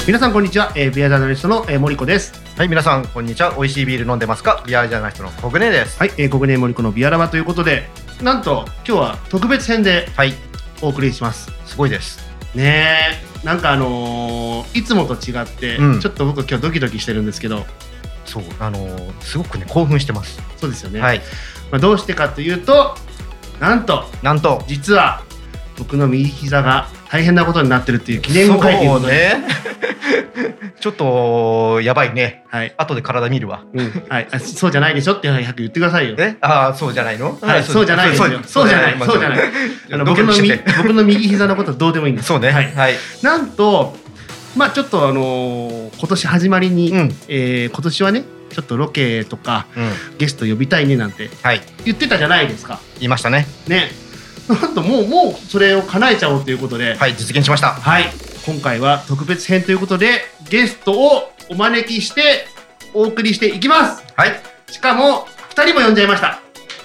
皆さんこんにちは、ビアジャーナリストの、森子です。 はい、皆さんこんにちは。美味しいビール飲んでますか？ビアジャーナリストのコグネです。 はい、コグネ森子のビアラバということで、なんと今日は特別編でお送りします。 すごいですね。なんかいつもと違って、ちょっと僕今日ドキドキしてるんですけど、 そうすごくね興奮してます。 そうですよね。 はい。 どうしてかというと、なんと実は僕の右膝が大変なことになってるっていう記念を書いているので、 ちょっとやばいね。 はい。 後で体見るわ。 はい。そうじゃないでしょって早く言ってくださいよ。 そうじゃないの？ はい。そうじゃないですよ。そうじゃない。僕の右膝のことはどうでもいいんです。 そうね。はい。 なんとちょっと今年始まりに、今年はねちょっとロケとか、ゲスト呼びたいねなんて言ってたじゃないですか。 言いましたね。 ね。なんともうそれを叶えちゃおうということで、 はい、実現しました。 はい。今回は特別編ということでゲストをお招きしてお送りしていきます。 はい。 しかも2人も呼んじゃいました。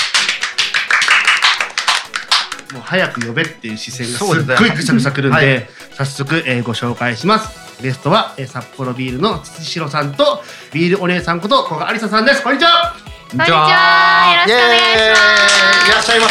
もう早く呼べっていう視線がすっごいぐさぐさくるんで、早速、ご紹介します。ゲストは、札幌ビールの土城さんとビールお姉さんこと古賀有沙さんです。こんにちは。 こんにちは。よろしくお願いします。 いらっしゃいま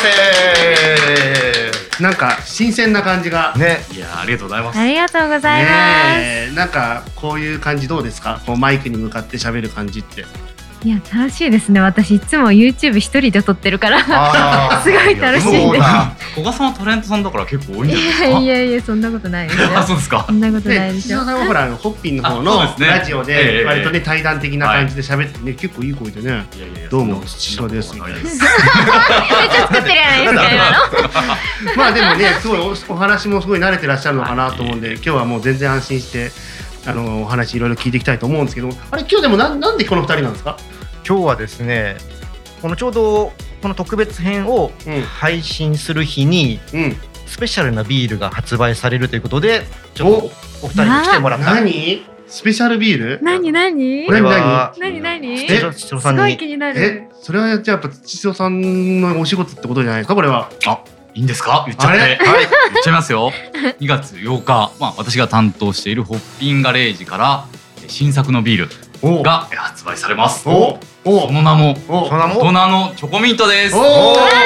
せ。 なんか新鮮な感じがね。 いや、ありがとうございます。 ありがとうございます。 なんかこういう感じどうですか？こうマイクに向かって喋る感じって。 いや、楽しいですね。私いつも YouTube 一人で撮ってるからすごい楽しいです。 古賀さんはタレントさんだから結構多いんじゃないですか？ いやそんなことないですよ。 そうですか。 そんなことないでしょ。 土城さんはほらホッピンの方のラジオで割とね対談的な感じで喋ってね、結構いい声でね。どうも土城ですみたいな。めっちゃ作ってるやないですか今の。でもねすごいお話もすごい慣れてらっしゃるのかなと思うんで、今日はもう全然安心してお話いろいろ聞いていきたいと思うんですけど、あれ今日でもなんでこの2人なんですか？ 今日はですね、ちょうどこの特別編を配信する日に、スペシャルなビールが発売されるということで、ちょっとお二人に来てもらった。 何？スペシャルビール？ 何？ これはすごい気になる。 それはじゃあやっぱ土城さんのお仕事ってことじゃないですか、これは。 いいんですか？言っちゃって。はい、言っちゃいますよ。2月8日、私が担当しているホッピンガレージから新作のビールが発売されます。その名も大人のチョコミントです。 あれ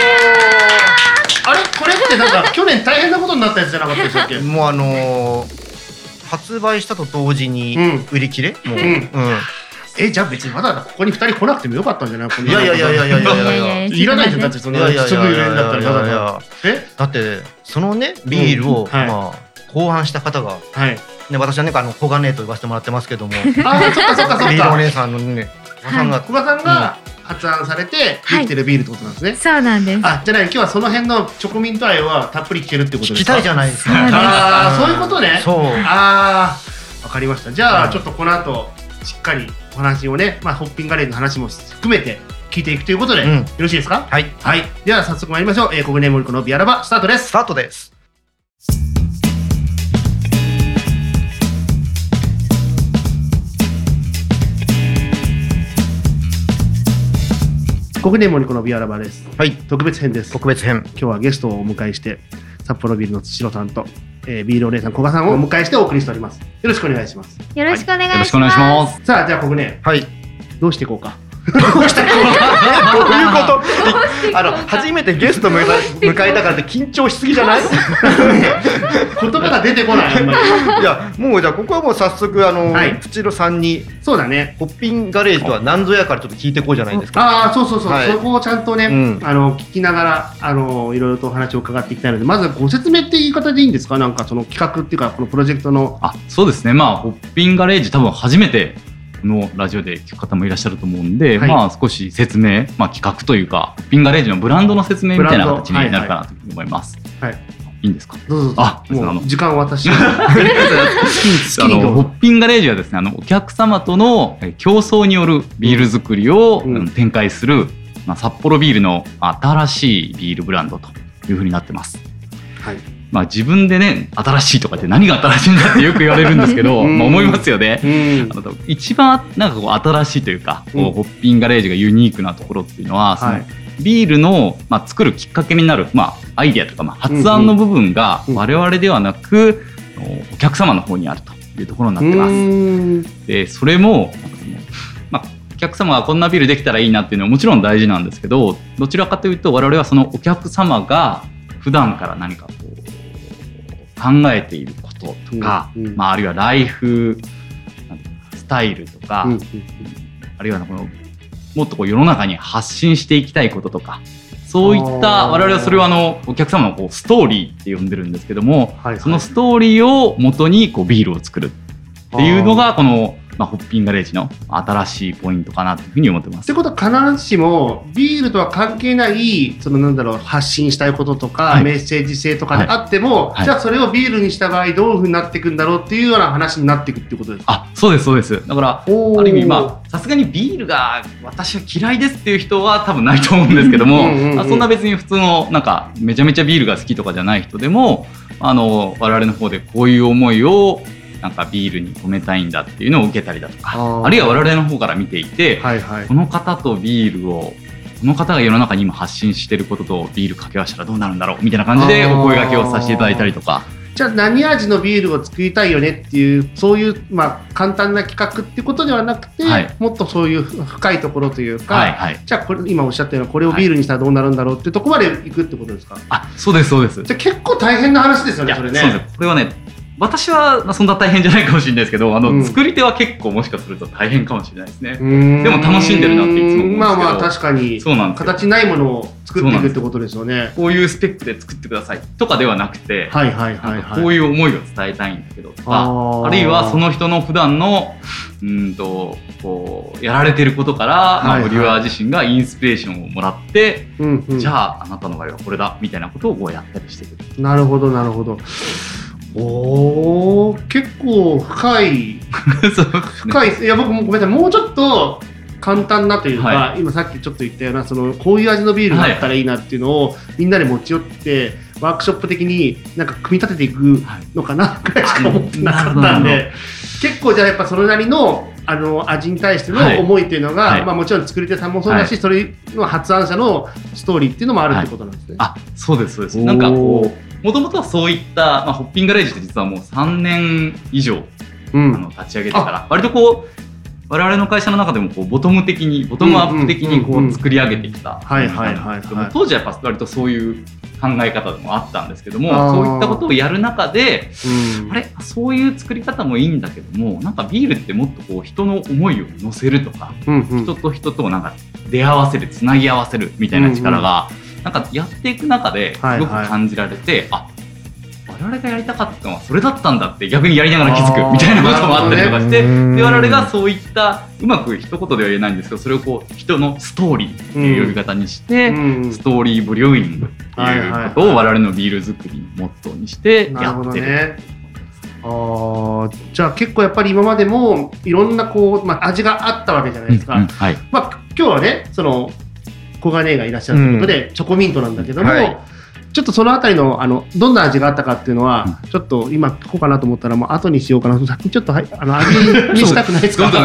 これってなんか去年大変なことになったやつじゃなかったでしたっけ？ もう発売したと同時に売り切れ。 じゃあ別にまだここに2人来なくてもよかったんじゃない？ いやいらないじゃん。だってそのすぐ売れるんだったらだってそのねビールを考案した方が私はね古賀姉と呼ばせてもらってますけども、ビールお姉さんのね古賀さんが発案されてできてるビールってことなんですね。 そうなんです。 じゃあ今日はその辺のチョコミント愛はたっぷり聞けるってことですか？ 聞きたいじゃないですか。 そういうことね。 そう。 わかりました。じゃあちょっとこの後しっかりお話をね、ホッピンガレージの話も含めて聞いていくということで、よろしいですか？ はい。 では早速参りましょう。コグネ森子のビアラバスタートです。コグネ森子のビアラバです。 はい。 特別編です。 特別編。 今日はゲストをお迎えして札幌ビールの土城さんと、ビールお姉さん古賀さんをお迎えしてお送りしております。よろしくお願いします。 よろしくお願いします。 よろしくお願いします。 さあじゃあコグネ、どうしていこうか。 どういうこと？初めてゲスト迎えたからって緊張しすぎじゃない？ 言葉が出てこない。 いやもうじゃあここはもう早速土城さんにそうだね。 ホッピンガレージとは何ぞやからちょっと聞いていこうじゃないですか。 そう、そこをちゃんとね聞きながらいろいろとお話を伺っていきたいので、まずご説明って言い方でいいんですか？なんかその企画っていうかこのプロジェクトの。 そうですね。ホッピンガレージ多分初めてのラジオで聞く方もいらっしゃると思うんで、少し説明、企画というかホッピンガレージのブランドの説明みたいな形になるかなと思います。いいんですか？ どうぞ。もう時間を渡して。 ホッピンガレージはですね、お客様との競争によるビール作りを展開する、札幌ビールの新しいビールブランドというふうになってます。自分でね新しいとかって何が新しいんだってよく言われるんですけど思いますよね。一番なんか新しいというかホッピンガレージがユニークなところっていうのは、そのビールの作るきっかけになるアイデアとか発案の部分が我々ではなくお客様の方にあるというところになってます。でそれもお客様がこんなビールできたらいいなっていうのはもちろん大事なんですけど、どちらかというと我々はそのお客様が普段から何かこう考えていることとか、あるいはライフスタイルとか、あるいはこのもっとこう世の中に発信していきたいこととか、そういった我々はそれをお客様のこうストーリーって呼んでるんですけども、そのストーリーを元にこうビールを作るっていうのがこのホッピンガレージの新しいポイントかなというふうに思ってます。 ってことは必ずしもビールとは関係ない発信したいこととか、メッセージ性とかであっても、じゃあそれをビールにした場合どういうふうになっていくんだろうっていうような話になっていくっていうことですか？ そうですそうです。だからある意味さすがにビールが私は嫌いですっていう人は多分ないと思うんですけどもそんな別に普通のめちゃめちゃビールが好きとかじゃない人でも我々の方でこういう思いをビールに込めたいんだっていうのを受けたりだとか、あるいは我々の方から見ていて、この方とビールをこの方が世の中に今発信してることとビール掛け合わせたらどうなるんだろうみたいな感じでお声掛けをさせていただいたりとか。 じゃあ何味のビールを作りたいよねっていうそういう簡単な企画っていうことではなくて、もっとそういう深いところというか、じゃあこれ今おっしゃったようなこれをビールにしたらどうなるんだろうっていうところまでいくってことですか？ そうですそうです。 じゃあ結構大変な話ですよねそれね。 そうです。これはね私はそんな大変じゃないかもしれないですけど作り手は結構もしかすると大変かもしれないですね。でも楽しんでるなっていつも思うんですけど。確かにそうなんです。形ないものを作っていくってことですよね。 こういうスペックで作ってくださいとかではなくてこういう思いを伝えたいんだけどとか、あるいはその人の普段のこうやられてることからブリュワー自身がインスピレーションをもらってじゃああなたの場合はこれだみたいなことをこうやったりしていく。 なるほどなるほど。結構深い深い。いや僕もごめんなさい、もうちょっと簡単なというか、今さっきちょっと言ったようなこういう味のビールがあったらいいなっていうのをみんなで持ち寄ってワークショップ的に組み立てていくのかなくらいしか思ってなかったんで、結構じゃあやっぱそれなりの味に対しての思いっていうのが、もちろん作り手さんもそうだし、それの発案者のストーリーっていうのもあるってことなんですね。 そうですそうです。もともとはそういった、ホッピンガレージって実はもう3年以上、立ち上げてから割と我々の会社の中でもボトムアップ的に作り上げてきた当時はやっぱ割とそういう考え方でもあったんですけども、そういったことをやる中で、そういう作り方もいいんだけどもビールってもっと人の思いを乗せるとか、人と人と出会わせるつなぎ合わせるみたいな力がやっていく中ですごく感じられて、我々がやりたかったのはそれだったんだって逆にやりながら気づくみたいなこともあったりとかして、で我々がそういったうまく一言では言えないんですけど、それを人のストーリーっていう呼び方にして、ストーリーブリューイングっていうことを我々のビール作りのモットーにしてやってる。 じゃあ結構やっぱり今までもいろんな味があったわけじゃないですか。今日はね小金がいらっしゃるということで、チョコミントなんだけども、ちょっとそのあたりのどんな味があったかっていうのは、ちょっと今こうかなと思ったらもう後にしようかなと。先にちょっと味にしたくないですか？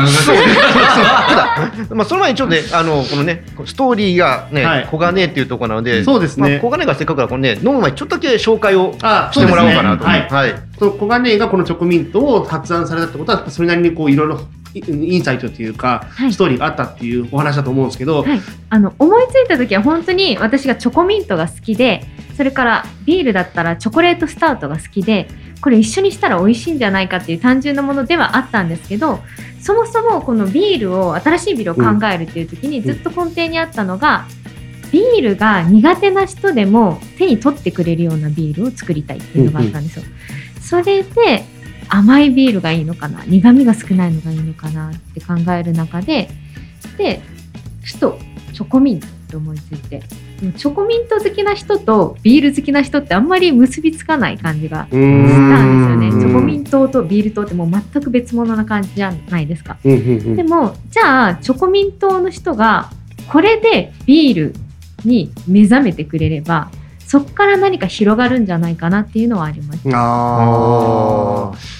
その前にちょっとねこのねストーリーがね小金っていうところなので、 そうですね。 小金がせっかくだから飲む前にちょっとだけ紹介をしてもらおうかなと。 小金がこのチョコミントを発案されたってことはそれなりにいろいろインサイトというか、ストーリーがあったっていうお話だと思うんですけど、 思いついた時は本当に私がチョコミントが好きで、それからビールだったらチョコレートスタウトが好きで、これ一緒にしたら美味しいんじゃないかっていう単純なものではあったんですけど、そもそもこのビールを新しいビールを考えるっていう時にずっと根底にあったのが、ビールが苦手な人でも手に取ってくれるようなビールを作りたいっていうのがあったんですよ。それで甘いビールがいいのかな、苦味が少ないのがいいのかなって考える中で、ふとチョコミントって思いついて、チョコミント好きな人とビール好きな人ってあんまり結びつかない感じがしたんですよね。チョコミントとビール糖ってもう全く別物な感じじゃないですか。でもじゃあチョコミントの人がこれでビールに目覚めてくれれば、そこから何か広がるんじゃないかなっていうのはありました。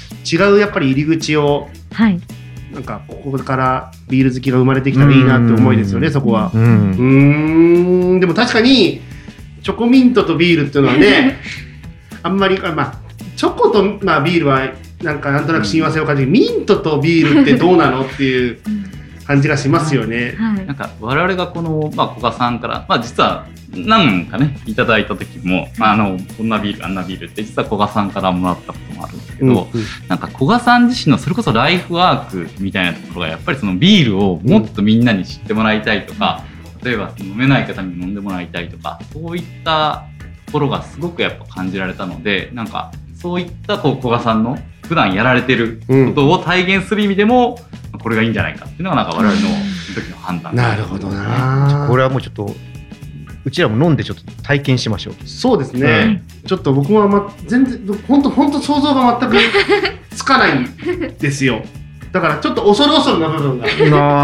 違うやっぱり入り口を、ここからビール好きが生まれてきたらいいなって思いですよね、そこは。でも確かにチョコミントとビールっていうのはねあんまりチョコとビールはなんかなんとなく親和性を感じる、ミントとビールってどうなのっていう感じがしますよね。 なんか我々がこの、古賀さんから、実は何かねいただいた時も、こんなビールあんなビールって実は古賀さんからもらったこともあるんですけど、なんか古賀さん自身のそれこそライフワークみたいなところがやっぱりそのビールをもっとみんなに知ってもらいたいとか、例えば飲めない方に飲んでもらいたいとか、そういったところがすごくやっぱ感じられたので、なんかそういった古賀さんの普段やられてることを体現する意味でも、これがいいんじゃないかっていうのがなんか我々の時の判断、 なるほどな。 これはもうちょっとうちらも飲んでちょっと体験しましょう。 そうですね、ちょっと僕は、全然本当想像が全くつかないんですよ。だからちょっと恐る恐るな部分が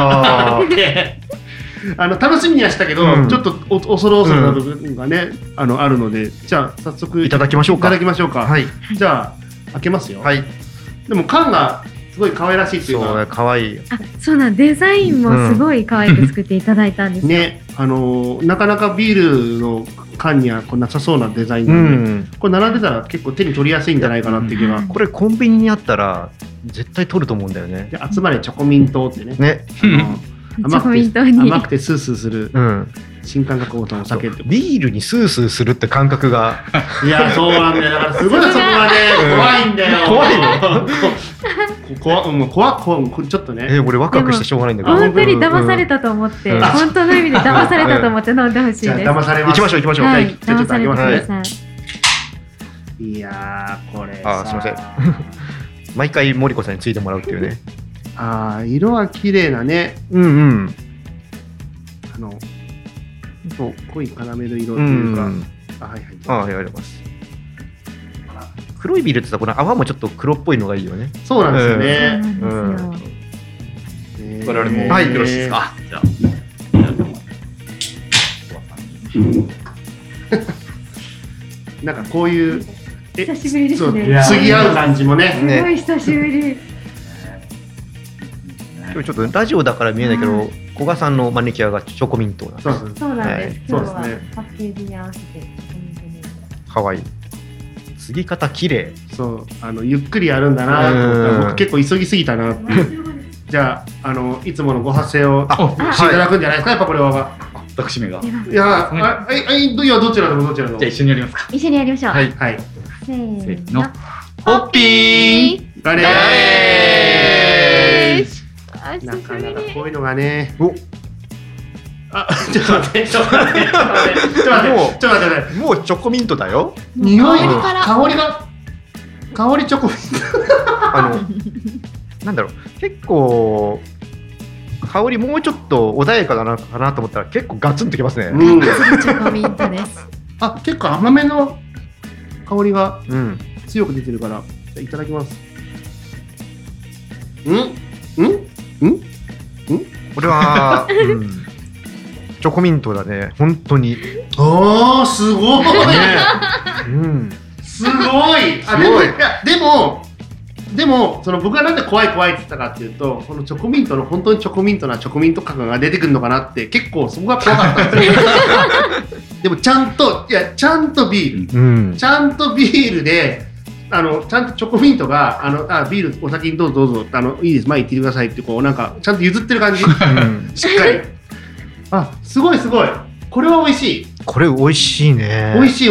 楽しみにはしたけど、ちょっと恐る恐るな部分がね、あるので、じゃあ早速いただきましょうか。 はい、じゃあ開けますよ。 はい。 でも缶がすごい可愛らしいっていうか、 そう可愛い。 そうなん、デザインもすごい可愛く作っていただいたんですよ。 ね、なかなかビールの缶にはなさそうなデザインなので、これ並んでたら結構手に取りやすいんじゃないかなっていう気が。 これコンビニにあったら絶対取ると思うんだよね。 で、集まれチョコミントってね。甘くてスースーする新感覚のお酒って。 ビールにスースーするって感覚が、 いや、そうなんだよ。だからすごいそこがね怖いんだよ。 怖いの。 怖いちょっとね。 俺ワクワクしてしょうがないんだけど。 本当に騙されたと思って、本当の意味で騙されたと思って飲んでほしいです。 じゃあ騙されます。 行きましょう。 はい、騙されてください。 いやー、これすみません。毎回森子さんについてもらうっていうね。 色は綺麗なね。濃いカラメル色っていうか。 はい、あります。黒いビールってさ、この泡もちょっと黒っぽいのがいいよね。 そうなんですよね。 我々もよろしいですか。じゃあなんかこういう久しぶりですね。 継ぎ合う感じもね。 すごい久しぶり。 今日ちょっとラジオだから見えないけど、古賀さんのマニキュアがチョコミントなんです。 そうなんです。今日はパッケージに合わせてチョコミントに。 可愛い。継ぎ方綺麗。 そう、ゆっくりやるんだなと思ったら、僕結構急ぎすぎたなっていう。じゃあ、いつものご発声をしていただくんじゃないですか、やっぱこれは。 私めが。 いや、どちらでも。じゃあ一緒にやりますか。 一緒にやりましょう。 はい。 せーの。 ホッピーガレージ。なかなかこういうのがね。ちょっと待って。 もうチョコミントだよ。 匂い、香りチョコミント。なんだろう、結構香りもうちょっと穏やかだなかなと思ったら結構ガツンときますね。 チョコミントです。 結構甘めの香りが強く出てるから、いただきます。 これはチョコミントだね、本当に。 すごい。すごい。でもその僕がなんで怖いって言ったかっていうと、このチョコミントの本当にチョコミントなチョコミント感が出てくるのかなって、結構そこが怖かったんですよ。でもちゃんとビール、ちゃんとビールでちゃんとチョコミントがビールお先にどうぞいいです、前行ってくださいってなんかちゃんと譲ってる感じ。しっかり。すごい。これは美味しい。 これ美味しいね。 美味しい。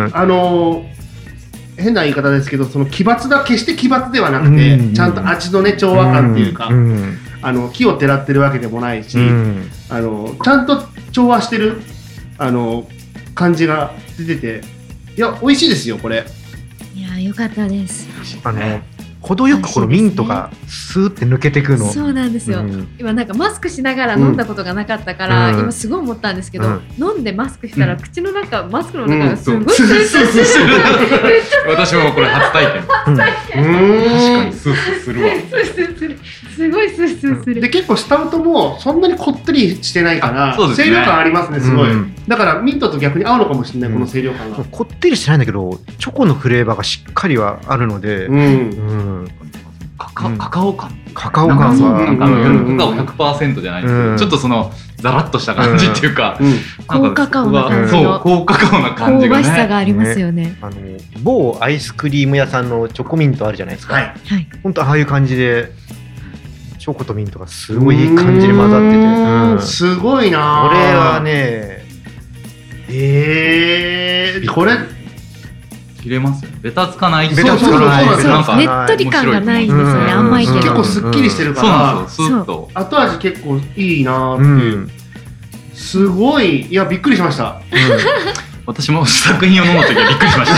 変な言い方ですけど、その決して奇抜ではなくて、ちゃんと味のね調和感っていうか、木をてらってるわけでもないし、ちゃんと調和してる感じが出てて、いや美味しいですよこれ。 いや良かったです。 程よくこのミントがスーって抜けてくの。 そうなんですよ。今なんかマスクしながら飲んだことがなかったから、今すごい思ったんですけど、飲んでマスクしたら口の中、マスクの中がすごいスースーする。 私もこれ初体験。確かにスースーするわ。 すごいスースーする。 で結構スタウトもそんなにこってりしてないから清涼感ありますね、すごい。だからミントと逆に合うのかもしれない、この清涼感が。 こってりしてないんだけどチョコのフレーバーがしっかりはあるので、カカオ感はカカオ 100% じゃないですけど、ちょっとそのザラッとした感じっていうか、 高カカオな感じの、 高カカオな感じがね、 香ばしさがありますよね。 某アイスクリーム屋さんのチョコミントあるじゃないですか。本当ああいう感じでチョコとミントがすごいいい感じに混ざってて、 すごいな。 これはね、 これ切れますよね。ベタつかない。 ベタつかない。 ねっとり感がないんですよね。甘いけど結構すっきりしてるから、 そうなんですよ。 後味結構いいなっていう。すごい、いやびっくりしました。 私も作品を飲むときはびっくりしました。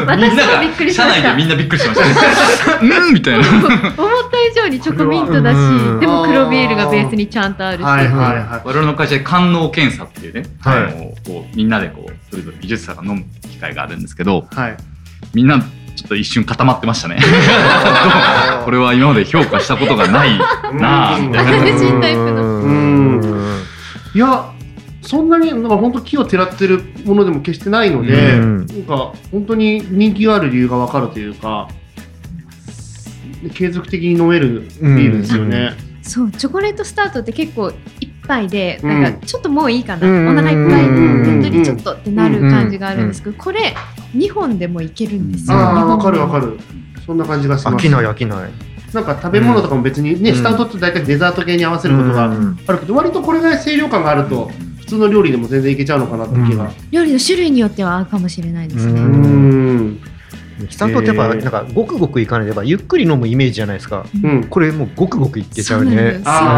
私もびっくりしました。 社内でみんなびっくりしました。みたいな。 思った以上にチョコミントだし、でも黒ビールがベースにちゃんとあるし。 我々の会社で官能検査っていうね、こうみんなでこうそれぞれ技術者が飲む機会があるんですけど、みんなちょっと一瞬固まってましたね。これは今まで評価したことがないなぁみたいな。 新タイプの。 いや。そんなになんか本当木をてらってるものでも決してないので、なんか本当に人気がある理由が分かるというか、継続的に飲めるビールですよね。 そう、チョコレートスタートって結構一杯でなんかちょっともういいかな、お腹いっぱい本当にちょっとってなる感じがあるんですけど、これ2本でもいけるんですよ。 分かる分かる。そんな感じがします。 飽きない飽きない。 なんか食べ物とかも別にね、スタートって大体デザート系に合わせることがあるけど、割とこれぐらい清涼感があると普通の料理でも全然いけちゃうのかなって気が。 料理の種類によっては合うかもしれないですね。 スタートってやっぱなんかごくごくいかないでゆっくり飲むイメージじゃないですか。これもうごくごくいけちゃうね。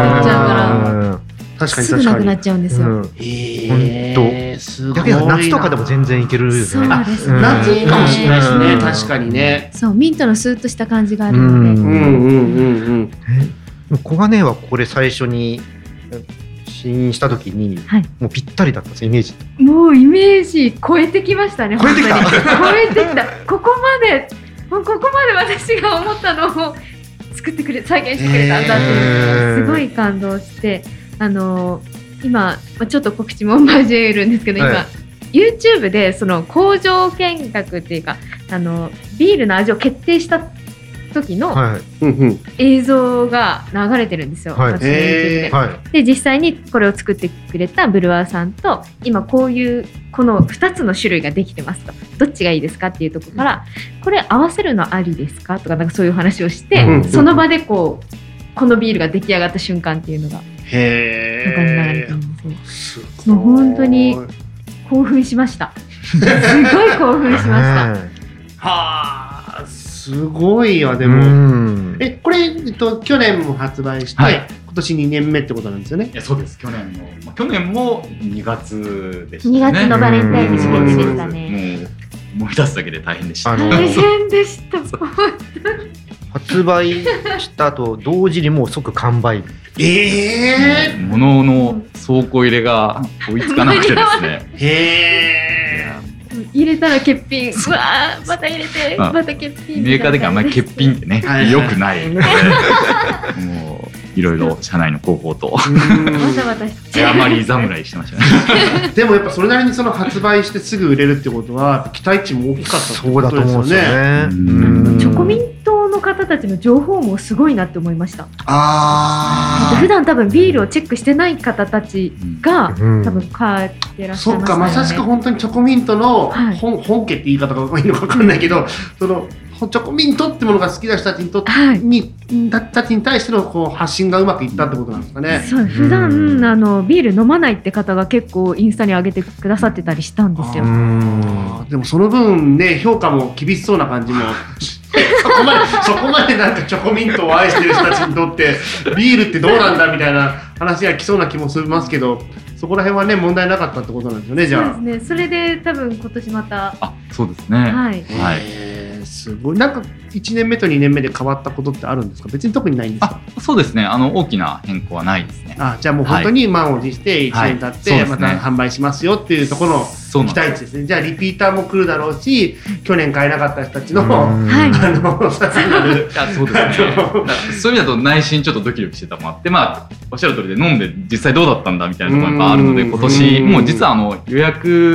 確かにすぐなくなっちゃうんですよ。 本当。だけど夏とかでも全然いけるよね。 夏いいかもしれないですね。確かにね。 そう、ミントのスーッとした感じがあるので。小金はこれ最初に試飲した時にもうぴったりだったんですイメージ。 もうイメージ超えてきましたね。 超えてきた。 超えてきた。ここまで私が思ったのを作ってくれ、再現してくれたんだっていうすごい感動して。今ちょっと告知も交えるんですけど、今 YouTube でその工場見学っていうかビールの味を決定した時の映像が流れてるんですよ、私の YouTube で。で実際にこれを作ってくれたブルワーさんと今この2つの種類ができてますと、どっちがいいですかっていうところから、これ合わせるのありですかとか、なんかそういう話をして、その場でこのビールが出来上がった瞬間っていうのが流れてるんですよ。もう本当に興奮しました。すごい興奮しました。 はあ、すごいよ。でもこれ去年も発売して、今年2年目ってことなんですよね。 いや、そうです。去年も2月でしたね。 2月のバレンタインの祝日でしたね。 もう思い出すだけで大変でした。 大変でした。 発売した後同時にもう即完売。 物の倉庫入れが追いつかなくてですね。 入れたら欠品、うわーまた入れて、また欠品。 メーカーであんまり欠品ってね、良くないので、もういろいろ社内の広報とあまり侍してましたね。 でもやっぱそれなりにその発売してすぐ売れるってことは期待値も大きかったってことですよね。 チョコミントの方たちの情報もすごいなって思いました。普段多分ビールをチェックしてない方たちが多分買ってらっしゃいますよね。そっか、 まさしく本当にチョコミントの本家って言い方がいいのか分かんないけど、そのチョコミントってものが好きな人たちに対しての発信がうまくいったってことなんですかね。 そう、普段ビール飲まないって方が結構インスタに上げてくださってたりしたんですよ。 でもその分ね、評価も厳しそうな感じもそこまでなんかチョコミントを愛してる人たちにとってビールってどうなんだみたいな話が来そうな気もしますけど、そこら辺はね問題なかったってことなんですよね。じゃあそうですね。それで多分今年またそうですね。 はい。 すごい。なんか1年目と2年目で変わったことってあるんですか？別に特にないんですか？ そうですね。大きな変更はないですね。 じゃあもう本当に満を持して1年経ってまた販売しますよっていうところの期待値ですね。じゃあリピーターも来るだろうし、去年買えなかった人たちのさらなるそうですね。そういう意味だと内心ちょっとドキドキしてたもあって、おっしゃる通りで飲んで実際どうだったんだみたいなところがあるので、今年もう実は予約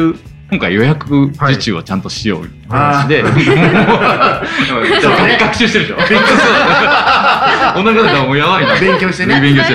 今回予約受注をちゃんとしようみたいな話で、学習してるでしょ。女の子はもうやばいな。 勉強してね。 勉強して。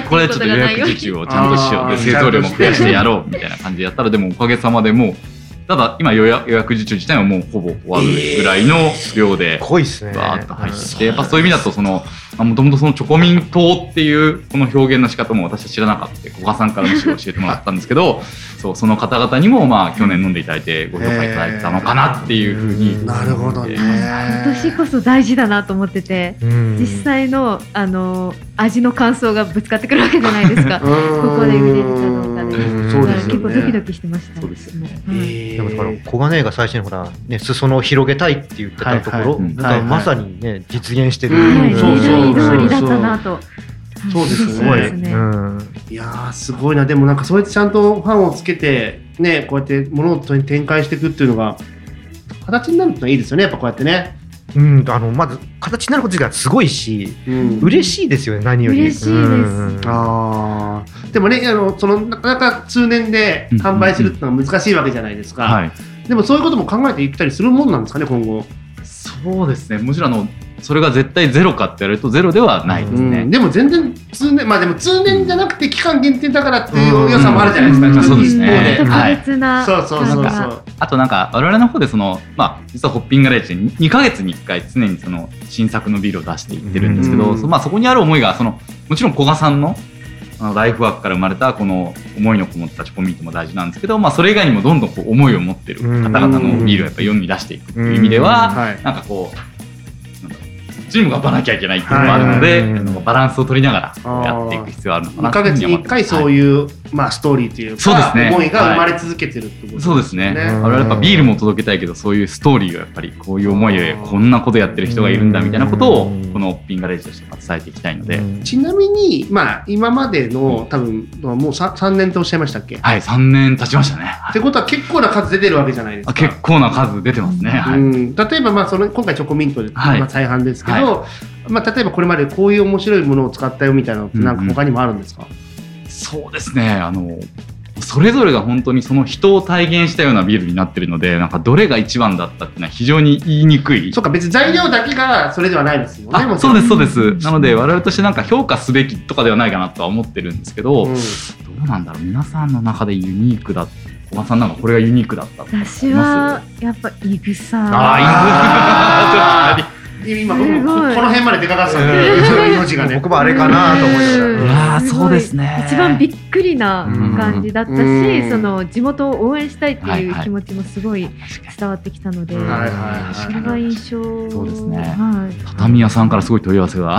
これちょっと予約受注をちゃんとしよう。で製造量も増やしてやろうみたいな感じでやったら、でもおかげさまでもうただ今予約受注自体はもうほぼ終わるぐらいの量でバーッと入ってて、やっぱそういう意味だともともとそのチョコミン党っていうこの表現の仕方も私は知らなかった。古賀さんからむしろ教えてもらったんですけど、その方々にも去年飲んでいただいてご評価いただいたのかなっていうふうに。 なるほどね。 今年こそ大事だなと思ってて、実際の味の感想がぶつかってくるわけじゃないですか。ここで売れるかどうかで、結構ドキドキしてました。そうですね。 でもだから小金が最初にほらね裾野を広げたいって言ってたところ、まさにね実現してる。 そう通りだったなと。 そうですね。いやすごいな。でもなんかそうやってちゃんとファンをつけてね、こうやって物事に展開していくっていうのが形になるってのはいいですよね。やっぱこうやってね。 まず形になることがすごいし、嬉しいですよね。何より嬉しいです。 でもね、なかなか通年で販売するっていうのは難しいわけじゃないですか。でもそういうことも考えていったりするもんなんですかね、今後。 そうですね。もちろんそれが絶対ゼロかって言われるとゼロではないですね。 でも全然通年、でも通年じゃなくて期間限定だからっていう良さもあるじゃないですか。 そうですね。 特別な。 そう。 あとなんか我々の方で実はホッピングガレージで2ヶ月に1回常に新作のビールを出していってるんですけど、そこにある思いがもちろん古賀さんのライフワークから生まれたこの思いのこもったチョコミントも大事なんですけど、それ以外にもどんどん思いを持ってる方々のビールをやっぱり世に出していくっていう意味ではなんかチームが頑張らなきゃいけないっていうのもあるので、バランスを取りながらやっていく必要あるのかな。 2ヶ月に1回そういうストーリーというか思いが生まれ続けてるってことですね。 そうですね。我々やっぱビールも届けたいけど、そういうストーリーをやっぱりこういう思いでこんなことやってる人がいるんだみたいなことをこのホッピングガレージとして伝えていきたいので。 ちなみに今までの多分もう3年とおっしゃいましたっけ？ はい、3年経ちましたね。 ってことは結構な数出てるわけじゃないですか。 結構な数出てますね。 例えば今回チョコミントで再販ですけど、例えばこれまでこういう面白いものを使ったよみたいなのってなんか他にもあるんですか？ そうですね。それぞれが本当にその人を体現したようなビールになってるので、なんかどれが一番だったっていうのは非常に言いにくい。 そうか、別に材料だけがそれではないですよね。 そうです。なので我々としてなんか評価すべきとかではないかなとは思ってるんですけど、どうなんだろう。皆さんの中でユニークだった。小川さんなんかこれがユニークだったって私はやっぱイグサ。 今僕もこの辺まで出かかったんで、文字がね。 僕もあれかなと思いながら。 そうですね。 一番びっくりな感じだったし、地元を応援したいっていう気持ちもすごい伝わってきたので、それが印象。 そうですね。畳屋さんからすごい問い合わせが。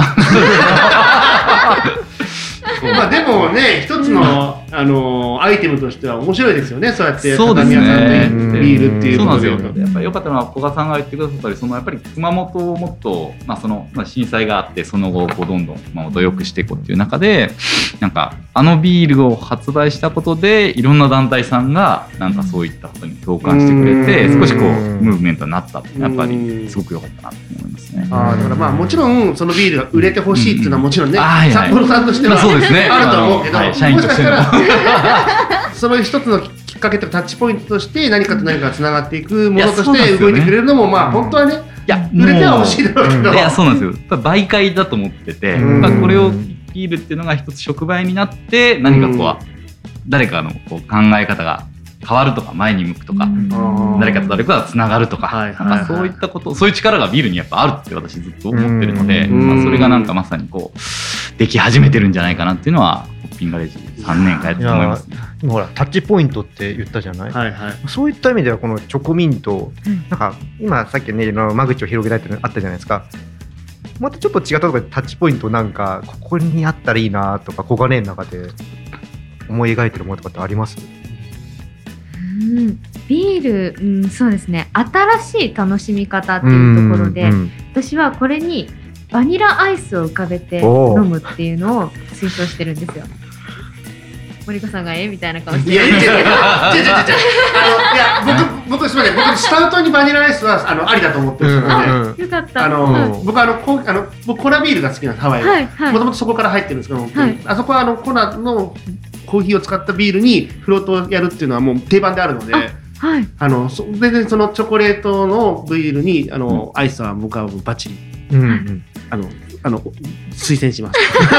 でもね、一つのアイテムとしては面白いですよね。そうやって畳屋さんとビールっていうことで。 やっぱり良かったのは古賀さんが言ってくださったり、やっぱり熊本をもっと震災があってその後どんどん熊本を良くしていこうっていう中で、なんかビールを発売したことでいろんな団体さんがなんかそういったことに共感してくれて、少しムーブメントになったってやっぱりすごく良かったなと思いますね。 だからもちろんそのビールが売れてほしいっていうのはもちろんね、札幌さんとしてはそうですね。 あると思うけど、 社員としてのその一つのきっかけとかタッチポイントとして何かと何かがつながっていくものとして動いてくれるのも本当はね、売れてはほしいだろうけど、 そうなんですよ。やっぱ媒介だと思ってて、これをビールっていうのが一つ触媒になって何か誰かの考え方が変わるとか前に向くとか、誰かと誰かがつながるとか、そういったこと、そういう力がビールにやっぱあるって私ずっと思ってるので、それがなんかまさにでき始めてるんじゃないかなっていうのはホッピングガレージ3年間やったと思います。 ほらタッチポイントって言ったじゃない。そういった意味ではこのチョコミント、なんか今さっきね間口を広げたいってあったじゃないですか。またちょっと違ったところでタッチポイントなんかここにあったらいいなとか小金の中で思い描いてるものとかってあります？ ビール、そうですね、新しい楽しみ方っていうところで、私はこれにバニラアイスを浮かべて飲むっていうのを推奨してるんですよ。森子さんがみたいな顔して。 僕すみません、僕スタートにバニラアイスはありだと思ってるので、 よかった。 僕コラビールが好きなハワイはもともとそこから入ってるんですけど、あそこはコラのコーヒーを使ったビールにフロートをやるっていうのはもう定番であるので、 はい、 全然そのチョコレートのビールにアイスは僕はバッチリ、推薦します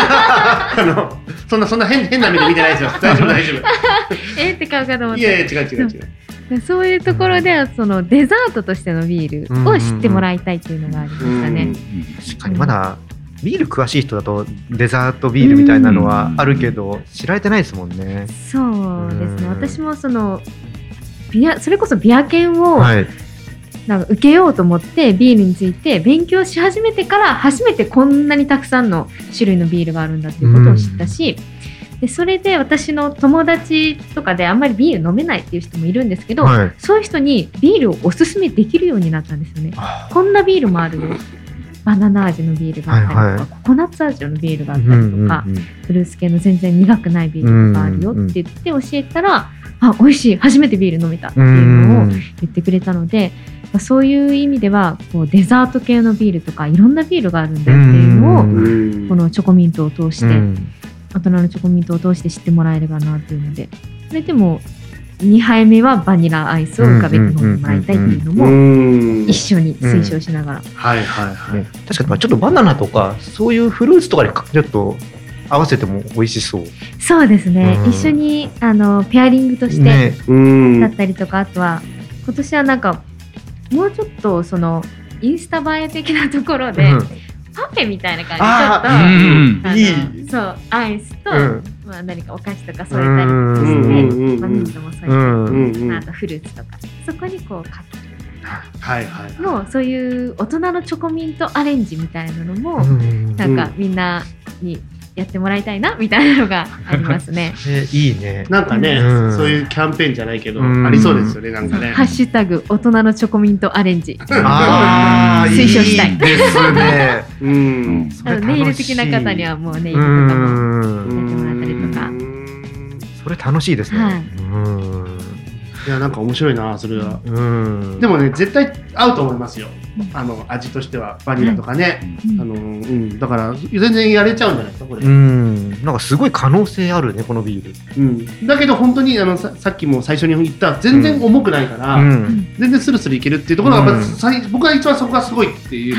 そんな変な目で見てないですよ。大丈夫大丈夫って買うかと思って。 いやいや違うそういうところではそのデザートとしてのビールを知ってもらいたいっていうのがありましたね。 確かにまだビール詳しい人だとデザートビールみたいなのはあるけど知られてないですもんね。 そうですね。私もそれこそビア研をなんか受けようと思ってビールについて勉強し始めてから初めてこんなにたくさんの種類のビールがあるんだっていうことを知ったし、でそれで私の友達とかであんまりビール飲めないっていう人もいるんですけど、そういう人にビールをおすすめできるようになったんですよね。こんなビールもあるよ。バナナ味のビールがあったりとか、ココナッツ味のビールがあったりとか、フルーツ系の全然苦くないビールがあるよって言って教えたら、美味しい、初めてビール飲めたっていうのを言ってくれたので、そういう意味ではこうデザート系のビールとかいろんなビールがあるんだよっていうのをこのチョコミントを通して、大人のチョコミントを通して知ってもらえればなっていうので、それでも2杯目はバニラアイスを浮かべて飲んでもらいたいっていうのも一緒に推奨しながら、 確かにちょっとバナナとかそういうフルーツとかでちょっと合わせても美味しそう。 そうですね、一緒にペアリングとしてだったりとか、あとは今年はなんかもうちょっとそのインスタ映え的なところで、パフェみたいな感じでちょっとそうアイスと、何かお菓子とか添えたりして、ミントも添えたり、あとフルーツとかそこにこうかけてのそういう大人のチョコミントアレンジみたいなのもなんかみんなにやってもらいたいなみたいなのがありますね。 いいね。 なんかね、そういうキャンペーンじゃないけどありそうですよね。なんかね。 ハッシュタグ大人のチョコミントアレンジ。推奨したい。 ですね。 ネイル的な方にはもうネイルとかもやってもらったりとか。 それ楽しいですね。 いやなんか面白いなそれは。でもね絶対合うと思いますよ。味としてはバニラとかね、だから全然やれちゃうんじゃないですかこれ。 なんかすごい可能性あるねこのビール。だけど本当にさっきも最初に言った全然重くないから、全然スルスルいけるっていうところが僕は一番そこがすごいっていう、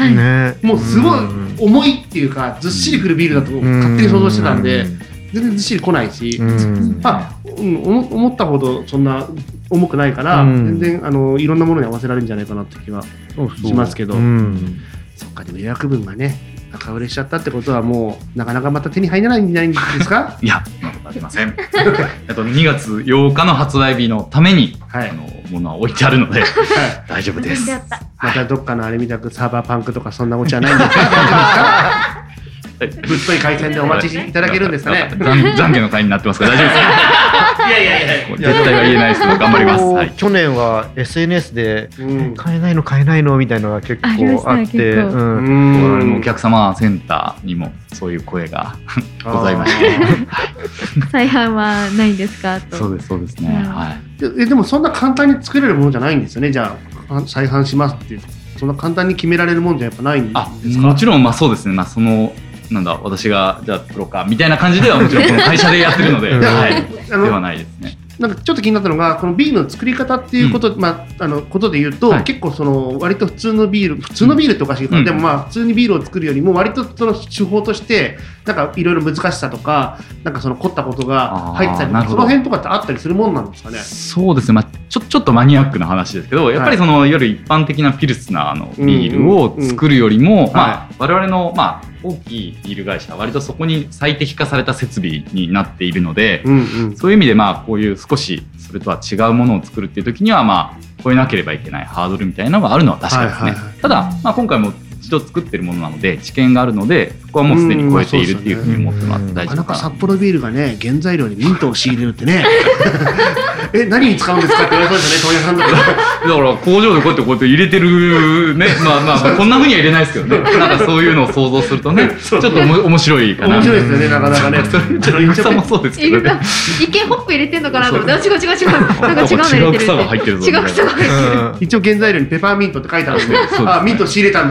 もうすごい重いっていうかずっしりくるビールだと勝手に想像してたんで。全然ずっしり来ないし、思ったほどそんな重くないから、全然いろんなものに合わせられるんじゃないかなって気はしますけど、そっかでも予約分がね中売れしちゃったってことはもうなかなかまた手に入らないんじゃないんですか？ いや、そんなことありません。2月8日の発売日のために、ものは置いてあるので大丈夫です。 またどっかのあれみたくサーバーパンクとかそんなオチはないんですか？ぶっとい回線でお待ちいただけるんですかね。 懺悔の会になってますから大丈夫ですか？いや絶対は言えないですけど頑張ります。 去年は SNS で買えないのみたいなのが結構あって、 お客様センターにもそういう声がございまして、 再販はないんですかと。 そうですね。 でもそんな簡単に作れるものじゃないんですよね。じゃあ再販しますってそんな簡単に決められるもんじゃやっぱないんですか？ もちろんそうですね。私がじゃあプロかみたいな感じではもちろんこの会社でやってるので、ではないですね。 なんかちょっと気になったのがこのビールの作り方っていうこと、ことで言うと、結構その割と普通のビールっておかしいから、でも普通にビールを作るよりも割とその手法としてなんかいろいろ難しさとかなんかその凝ったことが入ってたりとか、その辺とかってあったりするもんなんですかね？ そうですね。ちょっとマニアックな話ですけど、やっぱりそのいわゆる一般的なピルスナーのビールを作るよりも、我々の大きいビール会社は割とそこに最適化された設備になっているので、そういう意味でこういう少しそれとは違うものを作るっていう時には超えなければいけないハードルみたいなのがあるのは確かですね。ただ今回も一度作ってるものなので知見があるのでそこはもうすでに超えているっていうふうに思ってもらって大丈夫かな。 なんか札幌ビールがね原材料にミントを仕入れるってね何に使うんですかって言われそうですよね問屋さんとかだから工場でこうやって入れてるねこんなふうには入れないですけどねなんかそういうのを想像するとねちょっと面白いかな。 面白いですよねなかなかね。 草もそうですけどね。 一見ホップ入れてんのかなと思って違うなんか違うの入れてるって。 違う草が入ってるぞみたいな。 一応原材料にペパーミントって書いてあるんでミント仕入れたんだって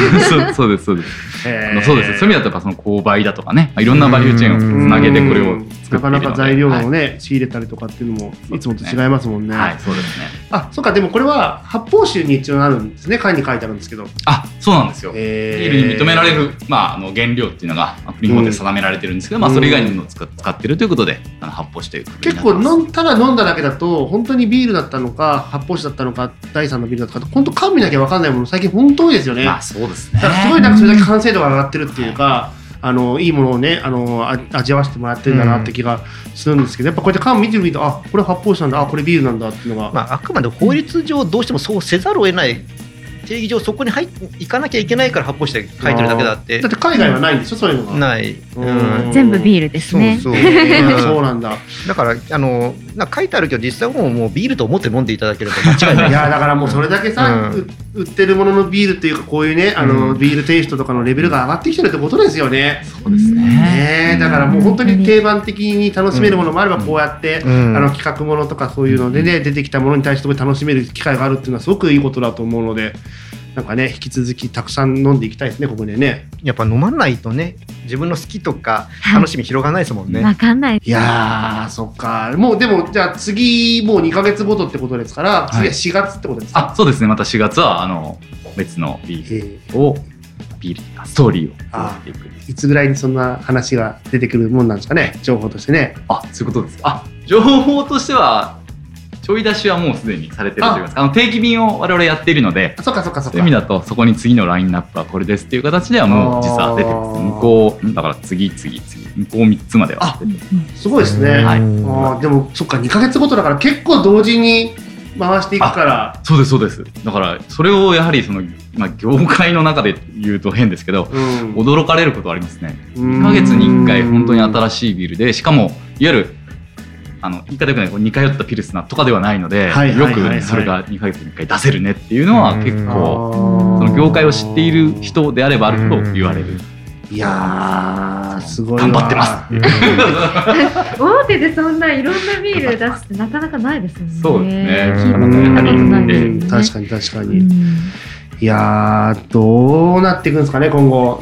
そうですそうです。そうです。そういう意味だとやっぱその購買だとかね、いろんなバリューチェーンをつなげてこれを作っているので、 なかなか材料をね、仕入れたりとかっていうのもいつもと違いますもんね。 はい、そうですね。 あ、そうか。でもこれは発泡酒に一応なるんですね。缶に書いてあるんですけど。 あ、そうなんですよ。ビールに認められる原料っていうのが国法で定められてるんですけど、それ以外のものを使ってるということで発泡酒ということになってます。 結構ただ飲んだだけだと本当にビールだったのか発泡酒だったのか第3のビールだったのか本当缶見なきゃ分かんないもの最近本当多いですよね。 そうですね。 だからすごいそれだけ完成度が上がってるっていうか、いいものをね味わわせてもらってるんだなって気がするんですけど、やっぱこうやって缶見てみるとこれ発泡酒なんだ、これビールなんだっていうのが、 あくまで法律上どうしてもそうせざるを得ない定義上そこに行かなきゃいけないから発泡酒で書いてるだけだって。 だって海外はないんでしょ、そういうのが。 ない。 全部ビールですね。 そうなんだ。 だから書いてあるけど実際もうビールと思って飲んでいただければ間違いない。 いやだからもうそれだけさ、売ってるもののビールっていうかこういうねビールテイストとかのレベルが上がってきてるってことですよね。 そうですね。 だからもう本当に定番的に楽しめるものもあればこうやって企画ものとかそういうのでね出てきたものに対して楽しめる機会があるっていうのはすごくいいことだと思うので。なんかね引き続きたくさん飲んでいきたいですねここでね。 やっぱ飲まないとね自分の好きとか楽しみ広がらないですもんね。 わかんない。 いやそっか。もうでもじゃあ次もう2ヶ月ごとってことですから次は4月ってことですか。 そうですね。また4月は別のビールをストーリーを作っていく。 いつぐらいにそんな話が出てくるもんなんですかね、情報としてね。 そういうことです。情報としてはちょい出しはもうすでにされてるといいますか、定期便を我々やっているので、 そういう意味だとそこに次のラインナップはこれですっていう形ではもう実は出てます。向こうだから次向こう3つまでは出てます。 すごいですね。でもそっか2ヶ月ごとだから結構同時に回していくから。 そうですだからそれをやはり業界の中で言うと変ですけど、驚かれることはありますね。2ヶ月に1回本当に新しいビールで、しかもいわゆる言い方よくない似通ったピルスナーとかではないので、よくそれが2ヶ月に1回出せるねっていうのは結構その業界を知っている人であればあるほど言われる。 いやすごい頑張ってます大手でそんないろんなビール出すってなかなかないですよね。 そうですね。 聞いたことないですよね。 確かに。いやどうなっていくんですかね今後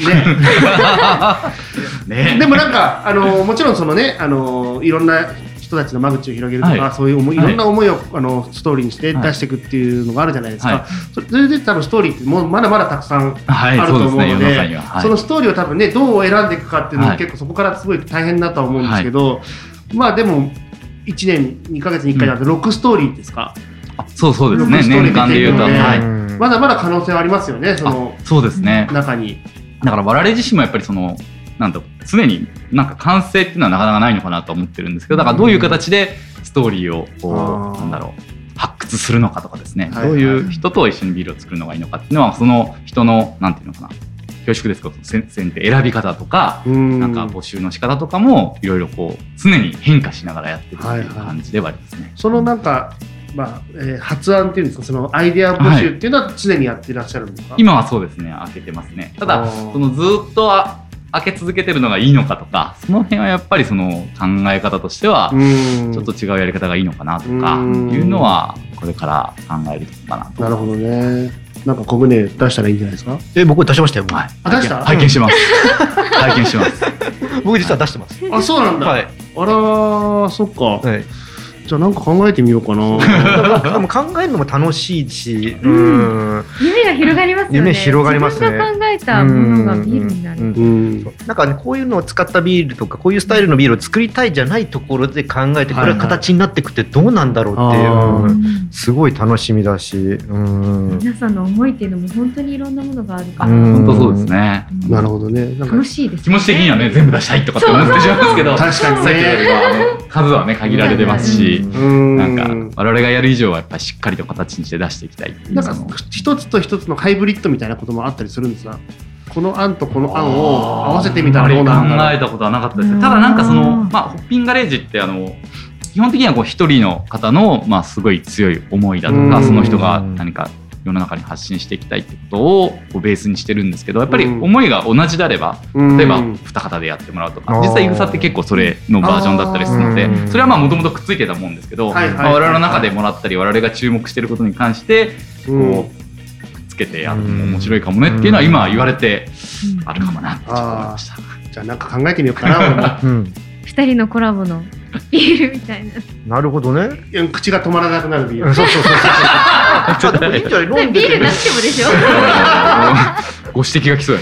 ね。でもなんかもちろんそのねいろんな人たちの間口を広げるとか、そういういろんな思いをストーリーにして出していくっていうのがあるじゃないですか。それで多分ストーリーってもうまだまだたくさんあると思うので、そのストーリーを多分ねどう選んでいくかっていうのは結構そこからすごい大変だとは思うんですけど、でも1年2ヶ月に1回だと6ストーリーですか。 そうですね。年間でいうとまだまだ可能性はありますよね。 そうですね。 中にだから我々自身もやっぱり常に完成っていうのはなかなかないのかなと思ってるんですけど、だからどういう形でストーリーを発掘するのかとかですね、どういう人と一緒にビールを作るのがいいのかっていうのはその人のなんていうのかな、恐縮ですけど選び方とか募集の仕方とかもいろいろ常に変化しながらやってるっていう感じではありますね。 その発案っていうんですか、そのアイデア募集っていうのは常にやっていらっしゃるんですか。 今はそうですね、開けてますね。ただずっと開け続けてるのがいいのかとか、その辺はやっぱりその考え方としてはちょっと違うやり方がいいのかなとかいうのはこれから考えるとかなと。 なるほどね。なんか小舟出したらいいんじゃないですか。 僕出しましたよ。 出した？ 拝見します。拝見します。 僕実は出してます。 そうなんだ。あらそっか。じゃあなんか考えてみようかな。 考えるのも楽しいし、 夢が広がりますよね。 夢広がりますね。 自分が考えたものがビールになる。 なんかこういうのを使ったビールとかこういうスタイルのビールを作りたいじゃないところで考えて、これが形になっていくってどうなんだろうっていう、すごい楽しみだし、 皆さんの思いっていうのも本当にいろんなものがあるから。 本当そうですね。 なるほどね。 楽しいです。 気持ち的にはね全部出したいとかって思ってしまうんですけど、 確かにね。 数はね限られてますし、なんか我々がやる以上はやっぱりしっかりと形にして出していきたいっていう。 なんか一つと一つのハイブリッドみたいなこともあったりするんですが、この案とこの案を合わせてみたらどうなんだろう。 考えたことはなかったですね。ただなんかホッピンガレージって基本的には一人の方のすごい強い思いだとか、その人が何か世の中に発信していきたいってことをベースにしてるんですけど、やっぱり思いが同じであれば、例えば2方でやってもらうとか、実際イグサって結構それのバージョンだったりするので、それはもともとくっついてたもんですけど、我々の中でもらったり我々が注目していることに関してくっつけてやるのも面白いかもねっていうのは今言われてあるかもなって思いました。 じゃあなんか考えてみようかな。 2人のコラボのビールみたいな。 なるほどね。 口が止まらなくなるビール。 そうそうそうそう。いいんじゃない？飲んでビールなくてもでしょ。 ご指摘が来そうや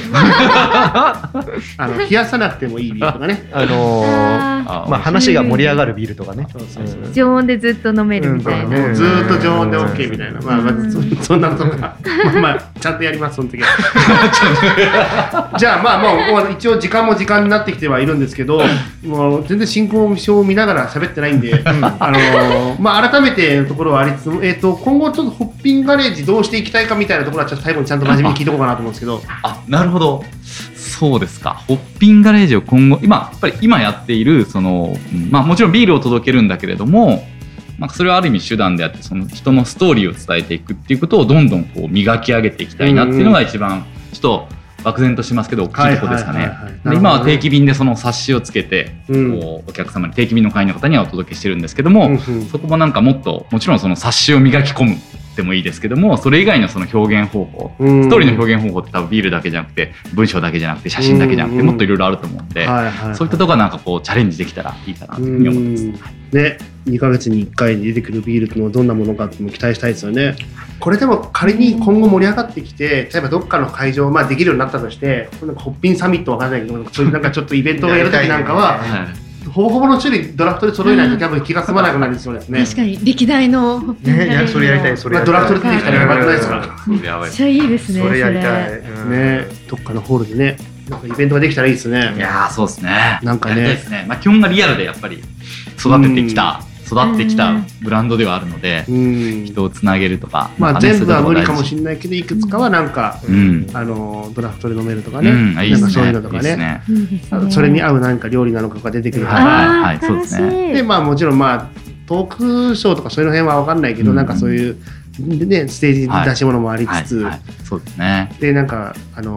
冷やさなくてもいいビールとかね。 まあ話が盛り上がるビールとかね。 常温でずっと飲めるみたいな。 ずっと常温で OK みたいな。まあそんなのとか。まあちゃんとやりますその時は。じゃあまあもう一応時間も時間になってきてはいるんですけど、もう全然進行表を見ながら喋ってないんで、まあ改めてのところはありつつも、今後ちょっとホッピンガレージどうしていきたいかみたいなところはちょっと最後にちゃんと真面目に聞いておこうかなと思うんですけど。 なるほど。そうですか。ホッピンガレージを今後やっぱり今やっているまあもちろんビールを届けるんだけれども、なんかそれはある意味手段であって、その人のストーリーを伝えていくっていうことをどんどんこう磨き上げていきたいなっていうのが一番ちょっと漠然としますけど大きいところですかね。今は定期便でその冊子をつけて、こうお客様に定期便の会員の方にはお届けしてるんですけども、そこもなんかもっともちろんその冊子を磨き込むでもいいですけども、それ以外のその表現方法、ストーリーの表現方法って多分ビールだけじゃなくて文章だけじゃなくて写真だけじゃなくてもっといろいろあると思うんで、そういったところはなんかこうチャレンジできたらいいかなというふうに思います。 で2ヶ月に1回に出てくるビールっていうのはどんなものかっていうのを期待したいですよね。これでも仮に今後盛り上がってきて、例えばどっかの会場、まあ、できるようになったとして、なんかホッピンサミットわかんないけど、そういうなんかちょっとイベントをやるときなんかはほぼほぼの種類ドラフトで揃えないと多分気が済まなくなりそうですね。 確かに歴代のホッピンガレージのそれやりたい。それドラフトで出てきたらやばくないですか。 めっちゃいいですね。 それやりたいね。どっかのホールでね、なんかイベントができたらいいですね。 いやそうですね。 なんかね、 やりたいですね。まあ基本がリアルでやっぱり育ってきたブランドではあるので、人をつなげるとか、 まあ全部は無理かもしれないけど、いくつかはなんかドラフトで飲めるとかね、なんかそういうのとかね、それに合うなんか料理なのかが出てくるとか、 そうですね。 でまあもちろんまあトークショーとかそういうの辺は分かんないけど、なんかそういうねステージ出し物もありつつ、 そうですね。 でなんか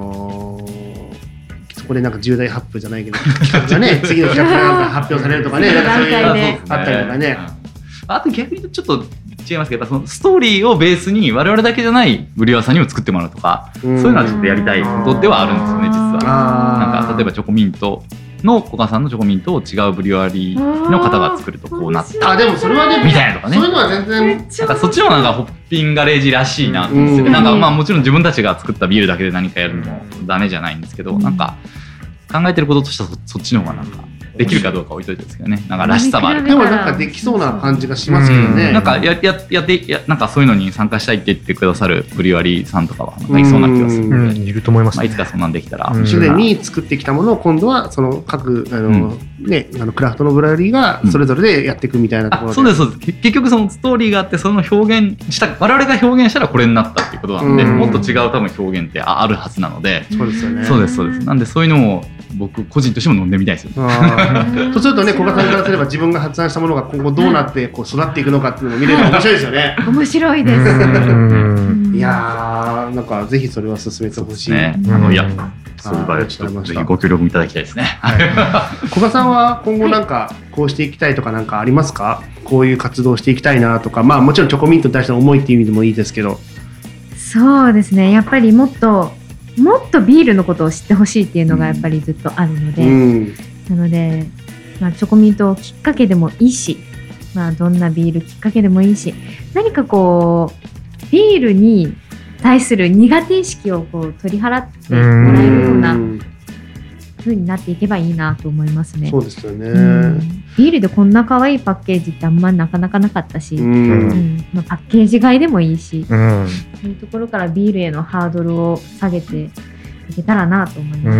そこでなんか重大発表じゃないけど企画がね次の企画がなんか発表されるとかね、なんかそういうのあったりとかね。 あと逆にちょっと違いますけど、そのストーリーをベースに我々だけじゃないブリュワーさんにも作ってもらうとか、そういうのはちょっとやりたいことではあるんですよね、実は。なんか例えばチョコミントの古賀さんのチョコミントを違うブリュワリーの方が作るとこうなった。 でもそれはねみたいなとかね。 そういうのは全然なんかそっちのなんかホッピンガレージらしいなと思ってて、なんかまあもちろん自分たちが作ったビールだけで何かやるのもダメじゃないんですけど、なんか考えてることとしてはそっちの方がなんかできるかどうか置いといてですけどね、なんからしさもある。 でもなんかできそうな感じがしますけどね。 なんかやってなんかそういうのに参加したいって言ってくださるブリュワリーさんとかはなんかいそうな気がするので、 いると思います。 いつかそんなんできたら。 すでに作ってきたものを今度はその各クラフトのブリュワリーがそれぞれでやっていくみたいなところで。 そうですそうです。結局そのストーリーがあって、その表現した我々が表現したらこれになったっていうことなので、もっと違う多分表現ってあるはずなので。 そうですよね。 そうですそうです。なんでそういうのを僕個人としても飲んでみたいですよ。 そうするとね、古賀さんからすれば自分が発案したものが今後どうなってこう育っていくのかっていうのを見れるの面白いですよね。 面白いです。 いやー、なんかぜひそれは進めてほしい。 いや、そういう場合はちょっとぜひご協力いただきたいですね。 古賀さんは今後なんかこうしていきたいとかなんかありますか？こういう活動をしていきたいなとか、まあもちろんチョコミントに対しての思いっていう意味でもいいですけど。 そうですね。やっぱりもっとビールのことを知ってほしいっていうのがやっぱりずっとあるので、なので、まあ、チョコミントをきっかけでもいいし、まあ、どんなビールきっかけでもいいし、何かこうビールに対する苦手意識をこう取り払ってもらえるような風になっていけばいいなと思いますね。 そうですよね。 ビールでこんな可愛いパッケージってあんまなかなかなかったし、まあ、パッケージ買いでもいいし、そういうところからビールへのハードルを下げていけたらなと思います。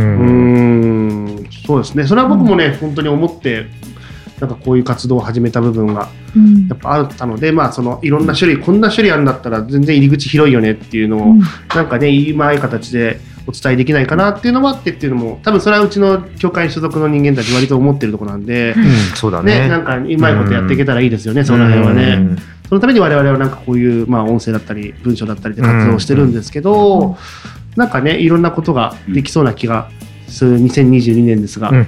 そうですね。それは僕もね、本当に思ってなんかこういう活動を始めた部分がやっぱあったので、まあそのいろんな種類、こんな種類あるんだったら全然入り口広いよねっていうのをなんかね、うまい形でお伝えできないかなっていうのもあってっていうのも、多分それはうちの協会所属の人間たち割と思ってるところなんで、 そうだね。 なんかうまいことやっていけたらいいですよね、その辺はね。そのために我々はなんかこういうまあ音声だったり文章だったりで活動してるんですけど、なんかねいろんなことができそうな気がする2022年ですが。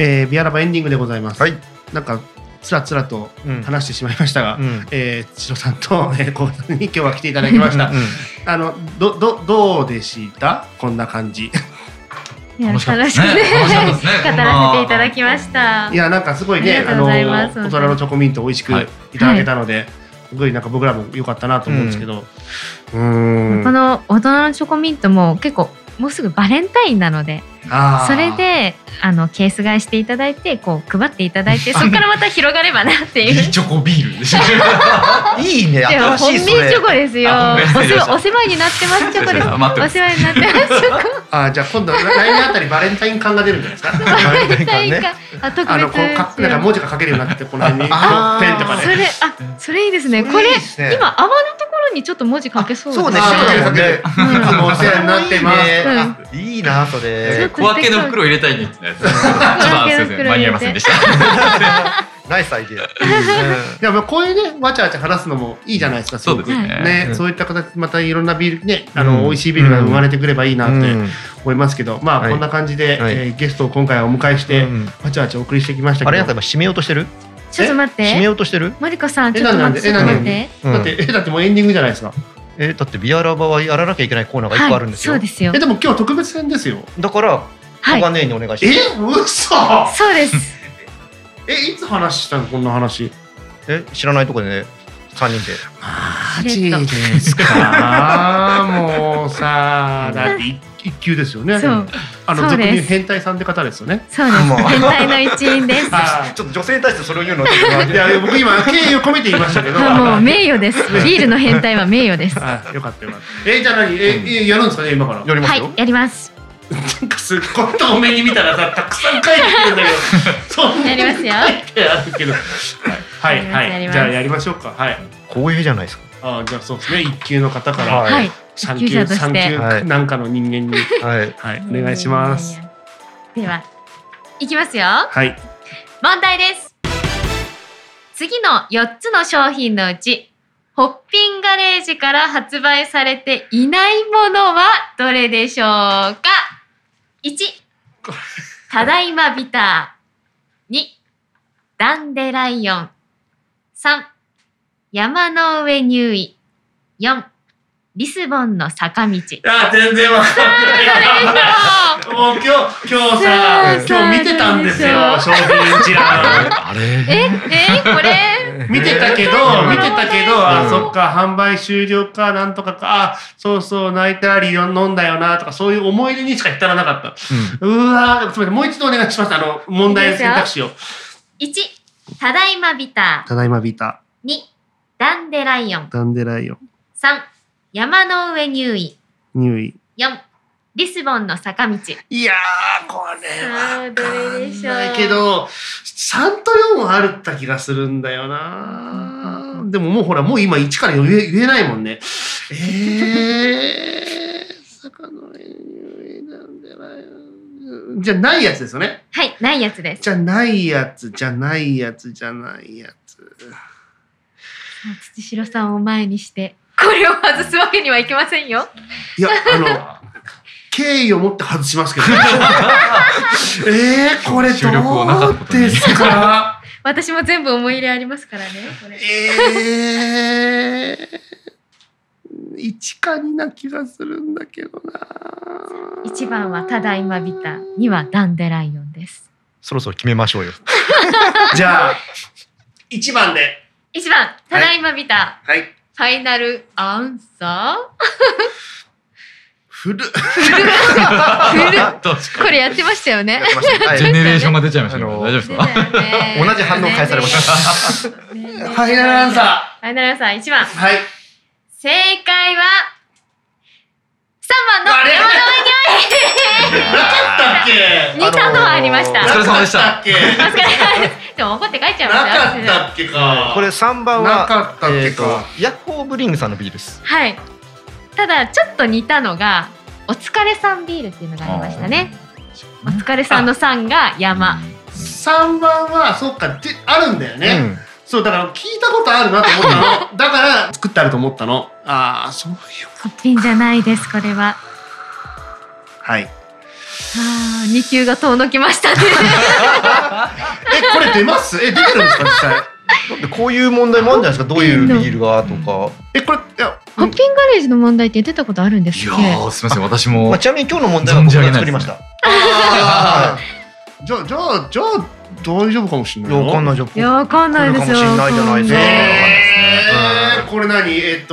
ビアラバエンディングでございます。 はい。 なんかつらつらと話してしまいましたが、千代さんと小川さんに今日は来ていただきました。どうでしたこんな感じ。 楽しくね語らせていただきました。 いやなんかすごいね大人のチョコミント美味しくいただけたので、すごいなんか僕らも良かったなと思うんですけど、 この大人のチョコミントも結構もうすぐバレンタインなので、それでケース買いしていただいてこう配っていただいて、そこからまた広がればなっていう。 チョコビールですね。 いいね、新しいそれ。 本命チョコですよ。お世話になってますチョコです。お世話になってますチョコ。 じゃあ今度来年あたりバレンタイン感が出るんじゃないですか。 バレンタイン感特別なんか文字が書けるようになってこの辺にペンとかで。 それいいですね。これ今泡のところにちょっと文字書けそうです。 そうね。 お世話になってます。 いいなそれ。 小分けの袋入れたいねってやつ。ちょっとすいません間に合いませんでした。 ナイスアイデア。でもこういうねわちゃわちゃ話すのもいいじゃないですか。 そうですね。 そういった形またいろんなビールね美味しいビールが生まれてくればいいなって思いますけど、まあこんな感じでゲストを今回はお迎えしてわちゃわちゃお送りしてきましたけど。 あれなんか今締めようとしてる？ ちょっと待って。 締めようとしてる？ マリカさんちょっと待って。 だってもうエンディングじゃないですか。 だってビアラバはやらなきゃいけないコーナーが1個あるんですよ。 そうですよ。 でも今日特別編ですよ。 だから小金にお願いします。 嘘。 そうです。 いつ話したのこんな話？ 知らないとこでね3人で。 マジですか？もうさだって一級ですよね。俗に言う変態さんって方ですよね。 そうです。変態の一員です。 ちょっと女性に対してそれを言うのはいや僕今敬意を込めて言いましたけど。 もう名誉です。ビールの変態は名誉です。 よかったよかった。じゃあ何やるんですかね今から。 やりますよ。 はいやります。 なんかすっごい遠目に見たらさたくさん書いてくるんだけど、そんなに書いてあるけど、はいじゃあやりましょうか。はい。 光栄じゃないですか。 じゃあそうですね一級の方から3級なんかの人間にはいお願いします。 ではいきますよ。 はい。 問題です。次の4つの商品のうちホッピンガレージから発売されていないものはどれでしょうか。1、ただいまビター。2、ダンデライオン。3、山の上入位。4、リスボンの坂道。 全然わかんない。もう今日見てたんですよ商品一覧。 あれ？ これ？ 見てたけどそっか販売終了かなんとかかそう泣いたり飲んだよなとかそういう思い出にしか浸らなかった。うわすみませんもう一度お願いします。問題の選択肢を。 1、ただいまビター。 ただいまビター。2、ダンデライオン。 ダンデライオン。 3、山の上入位。 4、 リスボンの坂道。 いやーこれはどれでしょう。 だけど3と4はあるった気がするんだよな。でももうほらもう今1から言えないもんね。坂の上入位なんでないじゃないやつですよね。 はいないやつです。 じゃないやつ。 土城さんを前にしてこれを外すわけにはいきませんよ。 いや敬意を持って外しますけど。これどうですか。 私も全部思い入れありますからね。これ 1か2な気がするんだけどな。 1番はただいまビター、2はダンデライオンです。 そろそろ決めましょうよ。 じゃあ1番で。 1番ただいまビター。 はい。 ファイナルアンサー。 古っ。 これやってましたよね。 ジェネレーションが出ちゃいました。大丈夫ですか。 同じ反応返されました。 ファイナルアンサー。ファイナルアンサー1番。 はい。 正解は3番の山の上になかったっけ。 似たのはありました。 お疲れ様でした。 でも怒って帰っちゃいました。 なかったっけか。 これ3番はなかったっけか。 ヤッホーブリングさんのビールです。 はい。ただちょっと似たのがお疲れさんビールっていうのがありましたね。お疲れさんの3が山。 3番はそうかあるんだよね。そうだから聞いたことあるなと思ったの。だから作ってあると思ったの。そういうホッピンじゃないですこれは。 はい。 2級が遠のきましたね。 これ出ます？出てるんですか実際？ こういう問題もあるんじゃないですか。どういうビールがとか。 これハッピンガレージの問題って出たことあるんですっけ？ いやすみません私も。 ちなみに今日の問題は僕が作りました。 じゃあ大丈夫かもしれない。 わかんないじゃん。 いやわかんないですよ。 かもしれないじゃないですか。 これ何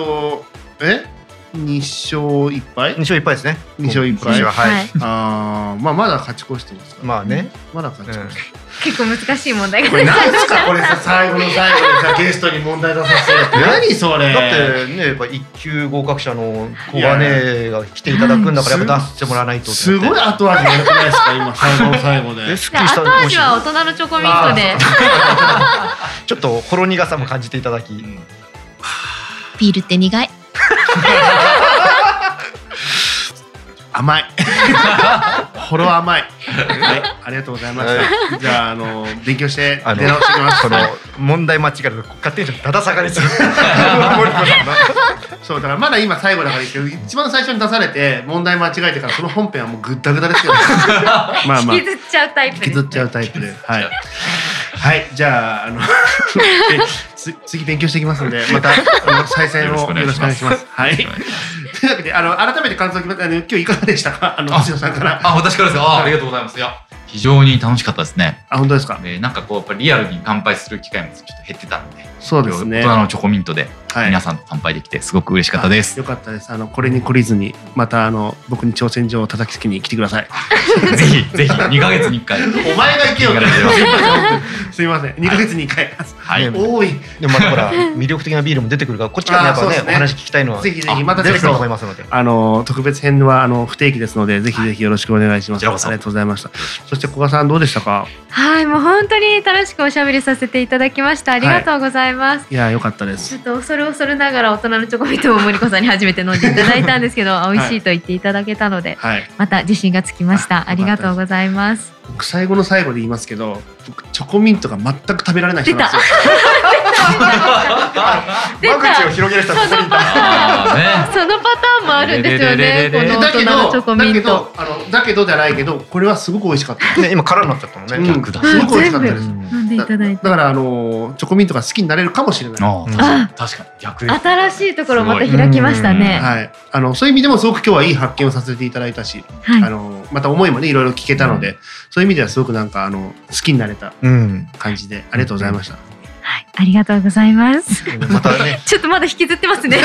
2勝1敗？ 2勝1敗ですね。 2勝1敗。 はい。 まだ勝ち越してますから。 まあね。 まだ勝ち越して。 結構難しい問題が。 これ何ですかこれさ最後の最後にさゲストに問題出させるって何それ？ だってねやっぱ1級合格者の小金が来ていただくんだからやっぱ出してもらわないと。 すごい後味悪くないですか今最後の最後で。 後味は大人のチョコミントで。 ちょっとほろ苦さも感じていただき。 ビールって苦い。 甘い。ほろ甘い。はい、ありがとうございました。じゃあ勉強して出直してきます。 この問題間違えると勝手にだだ下がりする。 そうだからまだ今最後だからいいけど一番最初に出されて問題間違えてからその本編はもうグッダグダですけど。まあ引きずっちゃうタイプ。 引きずっちゃうタイプで。はい。はい、じゃあ次勉強していきますのでまた再戦をよろしくお願いします。はい。というわけで改めて感想を聞きます。今日いかがでしたか星野さんから。 私からですか。ありがとうございます。いや非常に楽しかったですね。 本当ですか。 なんかこうやっぱリアルに乾杯する機会もちょっと減ってたんで。 そうですね。 大人のチョコミントで皆さんと乾杯できてすごく嬉しかったです。 よかったです。これに懲りずにまた僕に挑戦状を叩きつけに来てください。 ぜひ2ヶ月に1回。 お前が行けよ。すみません。2ヶ月に1回。 はい。 多い。 でもまたほら魅力的なビールも出てくるからこっちからやっぱねお話聞きたいのはぜひぜひまたぜひと思いますので特別編は不定期ですのでぜひぜひよろしくお願いします。ありがとうございました。そして古賀さんどうでしたか。 はいもう本当に楽しくおしゃべりさせていただきました。ありがとうございます。 いや良かったです。 ちょっと恐るながら大人のチョコミントも森子さんに初めて飲んでいただいたんですけど美味しいと言っていただけたのでまた自信がつきました。ありがとうございます。 僕最後の最後で言いますけど僕チョコミントが全く食べられない人なんですよ。 間口を広げる人はここにいた。 そのパターンもあるんですよね。この大人のチョコミント。 だけどじゃないけどこれはすごく美味しかったね。今空になっちゃったもんね。 逆だ。すごく美味しかったです。 飲んでいただいて。 だからチョコミントが好きになれるかもしれない。 確かに逆です。 新しいところまた開きましたね。 はい。そういう意味でもすごく今日はいい発見をさせていただいたし、また思いもねいろいろ聞けたので、そういう意味ではすごくなんか好きになれた感じでありがとうございました。 はい、ありがとうございます。 またね、 ちょっとまだ引きずってますね。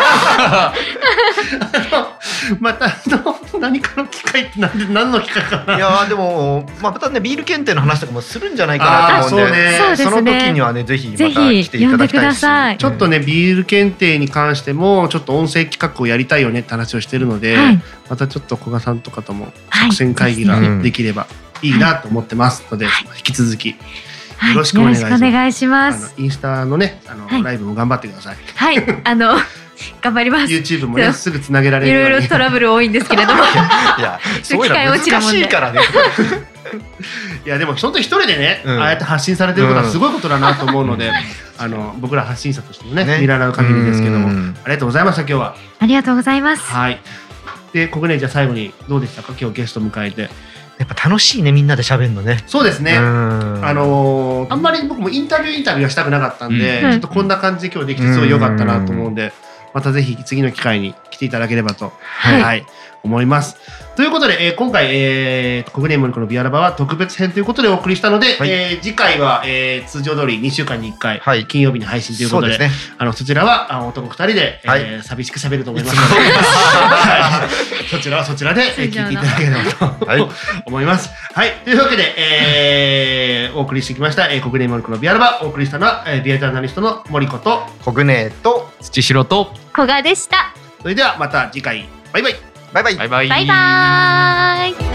また何かの機会って何の機会かな。 いやでもまたねビール検定の話とかもするんじゃないかなと思うんで、その時にはねぜひまた来ていただきたいし、 ちょっとねビール検定に関してもちょっと音声企画をやりたいよねって話をしてるので、またちょっと古賀さんとかとも作戦会議ができればいいなと思ってますので、引き続き。よろしくお願いします。インスタのねライブも頑張ってください。 はい、頑張ります。 YouTube もねすぐつなげられるように。 いろいろトラブル多いんですけれども。 いや、そういうの難しいからね。 いやでも本当一人でね、ああやって発信されてることはすごいことだなと思うので、僕ら発信者としてもね見習う限りですけども、ありがとうございました今日は。 ありがとうございます。 はい。でここねじゃあ最後にどうでしたか今日ゲスト迎えて。 やっぱ楽しいねみんなで喋るのね。 そうですね。あんまり僕もインタビューはしたくなかったんで、ちょっとこんな感じで今日できてすごい良かったなと思うんで、またぜひ次の機会に来ていただければと思います。ということで、今回、国ネームのビアラバは特別編ということでお送りしたので、次回は、通常通り2週間に1回、金曜日に配信ということで、そちらは男2人で、寂しく喋ると思いますので、そちらはそちらで聞いていただければと思います。はい、というわけで、お送りしてきました、国ネームのビアラバ、お送りしたのは、ビアジャーナリストの森子と国ネと土城と古賀でした。 それではまた次回、バイバイ。 バイバイ。 バイバイ。